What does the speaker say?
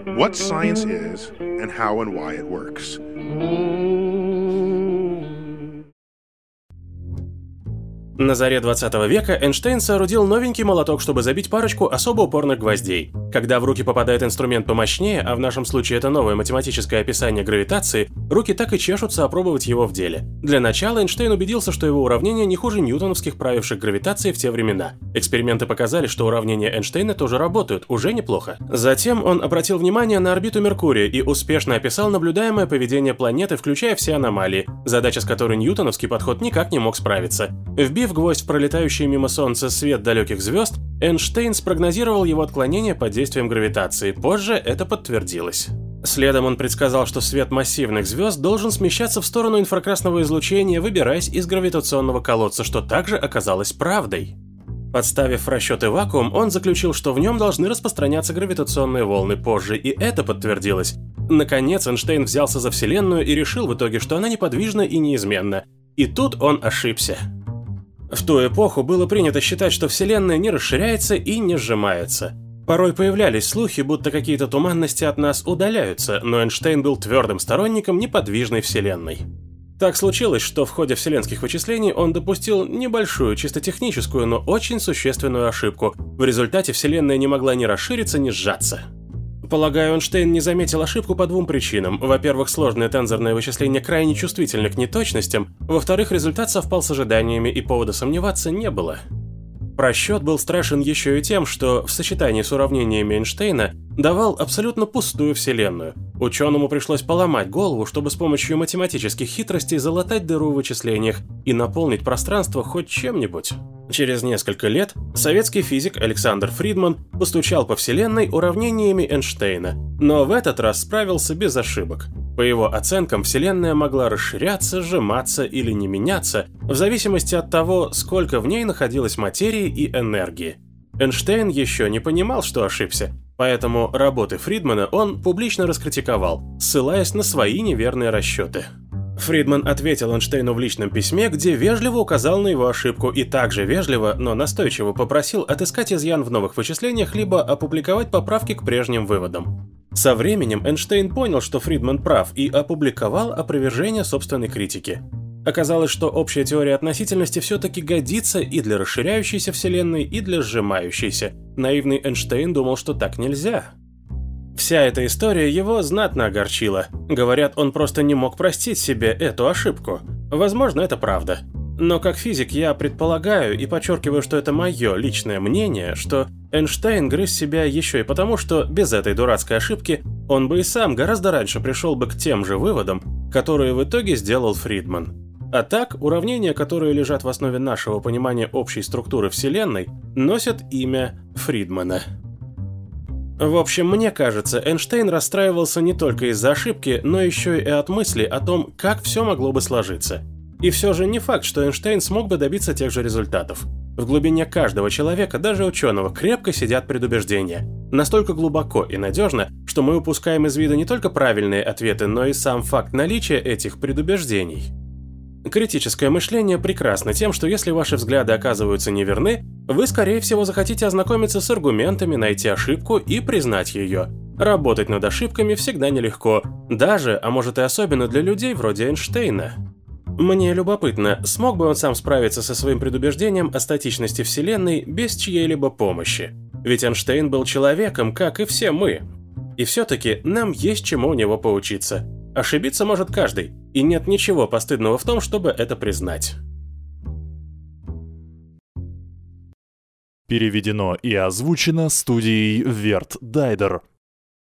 what science is and how and why it works. На заре 20 века Эйнштейн соорудил новенький молоток, чтобы забить парочку особо упорных гвоздей. Когда в руки попадает инструмент помощнее, а в нашем случае это новое математическое описание гравитации, руки так и чешутся опробовать его в деле. Для начала Эйнштейн убедился, что его уравнения не хуже ньютоновских, правивших гравитацией в те времена. Эксперименты показали, что уравнения Эйнштейна тоже работают, уже неплохо. Затем он обратил внимание на орбиту Меркурия и успешно описал наблюдаемое поведение планеты, включая все аномалии, задача с которой ньютоновский подход никак не мог справиться. Вбив гвоздь в пролетающий мимо Солнца свет далеких звезд, Эйнштейн спрогнозировал его отклонение под действием гравитации. Позже это подтвердилось. Следом он предсказал, что свет массивных звезд должен смещаться в сторону инфракрасного излучения, выбираясь из гравитационного колодца, что также оказалось правдой. Подставив в расчеты вакуум, он заключил, что в нем должны распространяться гравитационные волны. Позже и это подтвердилось. Наконец, Эйнштейн взялся за Вселенную и решил в итоге, что она неподвижна и неизменна. И тут он ошибся. В ту эпоху было принято считать, что Вселенная не расширяется и не сжимается. Порой появлялись слухи, будто какие-то туманности от нас удаляются, но Эйнштейн был твердым сторонником неподвижной Вселенной. Так случилось, что в ходе вселенских вычислений он допустил небольшую, чисто техническую, но очень существенную ошибку. В результате Вселенная не могла ни расшириться, ни сжаться. Полагаю, Эйнштейн не заметил ошибку по двум причинам. Во-первых, сложные тензорные вычисления крайне чувствительны к неточностям. Во-вторых, результат совпал с ожиданиями, и повода сомневаться не было. Просчет был страшен еще и тем, что в сочетании с уравнениями Эйнштейна давал абсолютно пустую Вселенную. Ученому пришлось поломать голову, чтобы с помощью математических хитростей залатать дыру в вычислениях и наполнить пространство хоть чем-нибудь. Через несколько лет советский физик Александр Фридман постучал по Вселенной уравнениями Эйнштейна, но в этот раз справился без ошибок. По его оценкам, Вселенная могла расширяться, сжиматься или не меняться, в зависимости от того, сколько в ней находилось материи и энергии. Эйнштейн еще не понимал, что ошибся, поэтому работы Фридмана он публично раскритиковал, ссылаясь на свои неверные расчеты. Фридман ответил Эйнштейну в личном письме, где вежливо указал на его ошибку и также вежливо, но настойчиво попросил отыскать изъян в новых вычислениях либо опубликовать поправки к прежним выводам. Со временем Эйнштейн понял, что Фридман прав, и опубликовал опровержение собственной критики. Оказалось, что общая теория относительности все-таки годится и для расширяющейся Вселенной, и для сжимающейся. Наивный Эйнштейн думал, что так нельзя. Вся эта история его знатно огорчила. Говорят, он просто не мог простить себе эту ошибку. Возможно, это правда. Но как физик я предполагаю и подчеркиваю, что это мое личное мнение, что Эйнштейн грыз себя еще и потому, что без этой дурацкой ошибки он бы и сам гораздо раньше пришел бы к тем же выводам, которые в итоге сделал Фридман. А так, уравнения, которые лежат в основе нашего понимания общей структуры Вселенной, носят имя Фридмана. В общем, мне кажется, Эйнштейн расстраивался не только из-за ошибки, но еще и от мысли о том, как все могло бы сложиться. И все же не факт, что Эйнштейн смог бы добиться тех же результатов. В глубине каждого человека, даже ученого, крепко сидят предубеждения. Настолько глубоко и надежно, что мы упускаем из вида не только правильные ответы, но и сам факт наличия этих предубеждений. Критическое мышление прекрасно тем, что если ваши взгляды оказываются неверны, вы, скорее всего, захотите ознакомиться с аргументами, найти ошибку и признать ее. Работать над ошибками всегда нелегко, даже, а может и особенно для людей вроде Эйнштейна. Мне любопытно, смог бы он сам справиться со своим предубеждением о статичности Вселенной без чьей-либо помощи? Ведь Эйнштейн был человеком, как и все мы. И все-таки нам есть чему у него поучиться. Ошибиться может каждый, и нет ничего постыдного в том, чтобы это признать. Переведено и озвучено студией Верт Дайдер.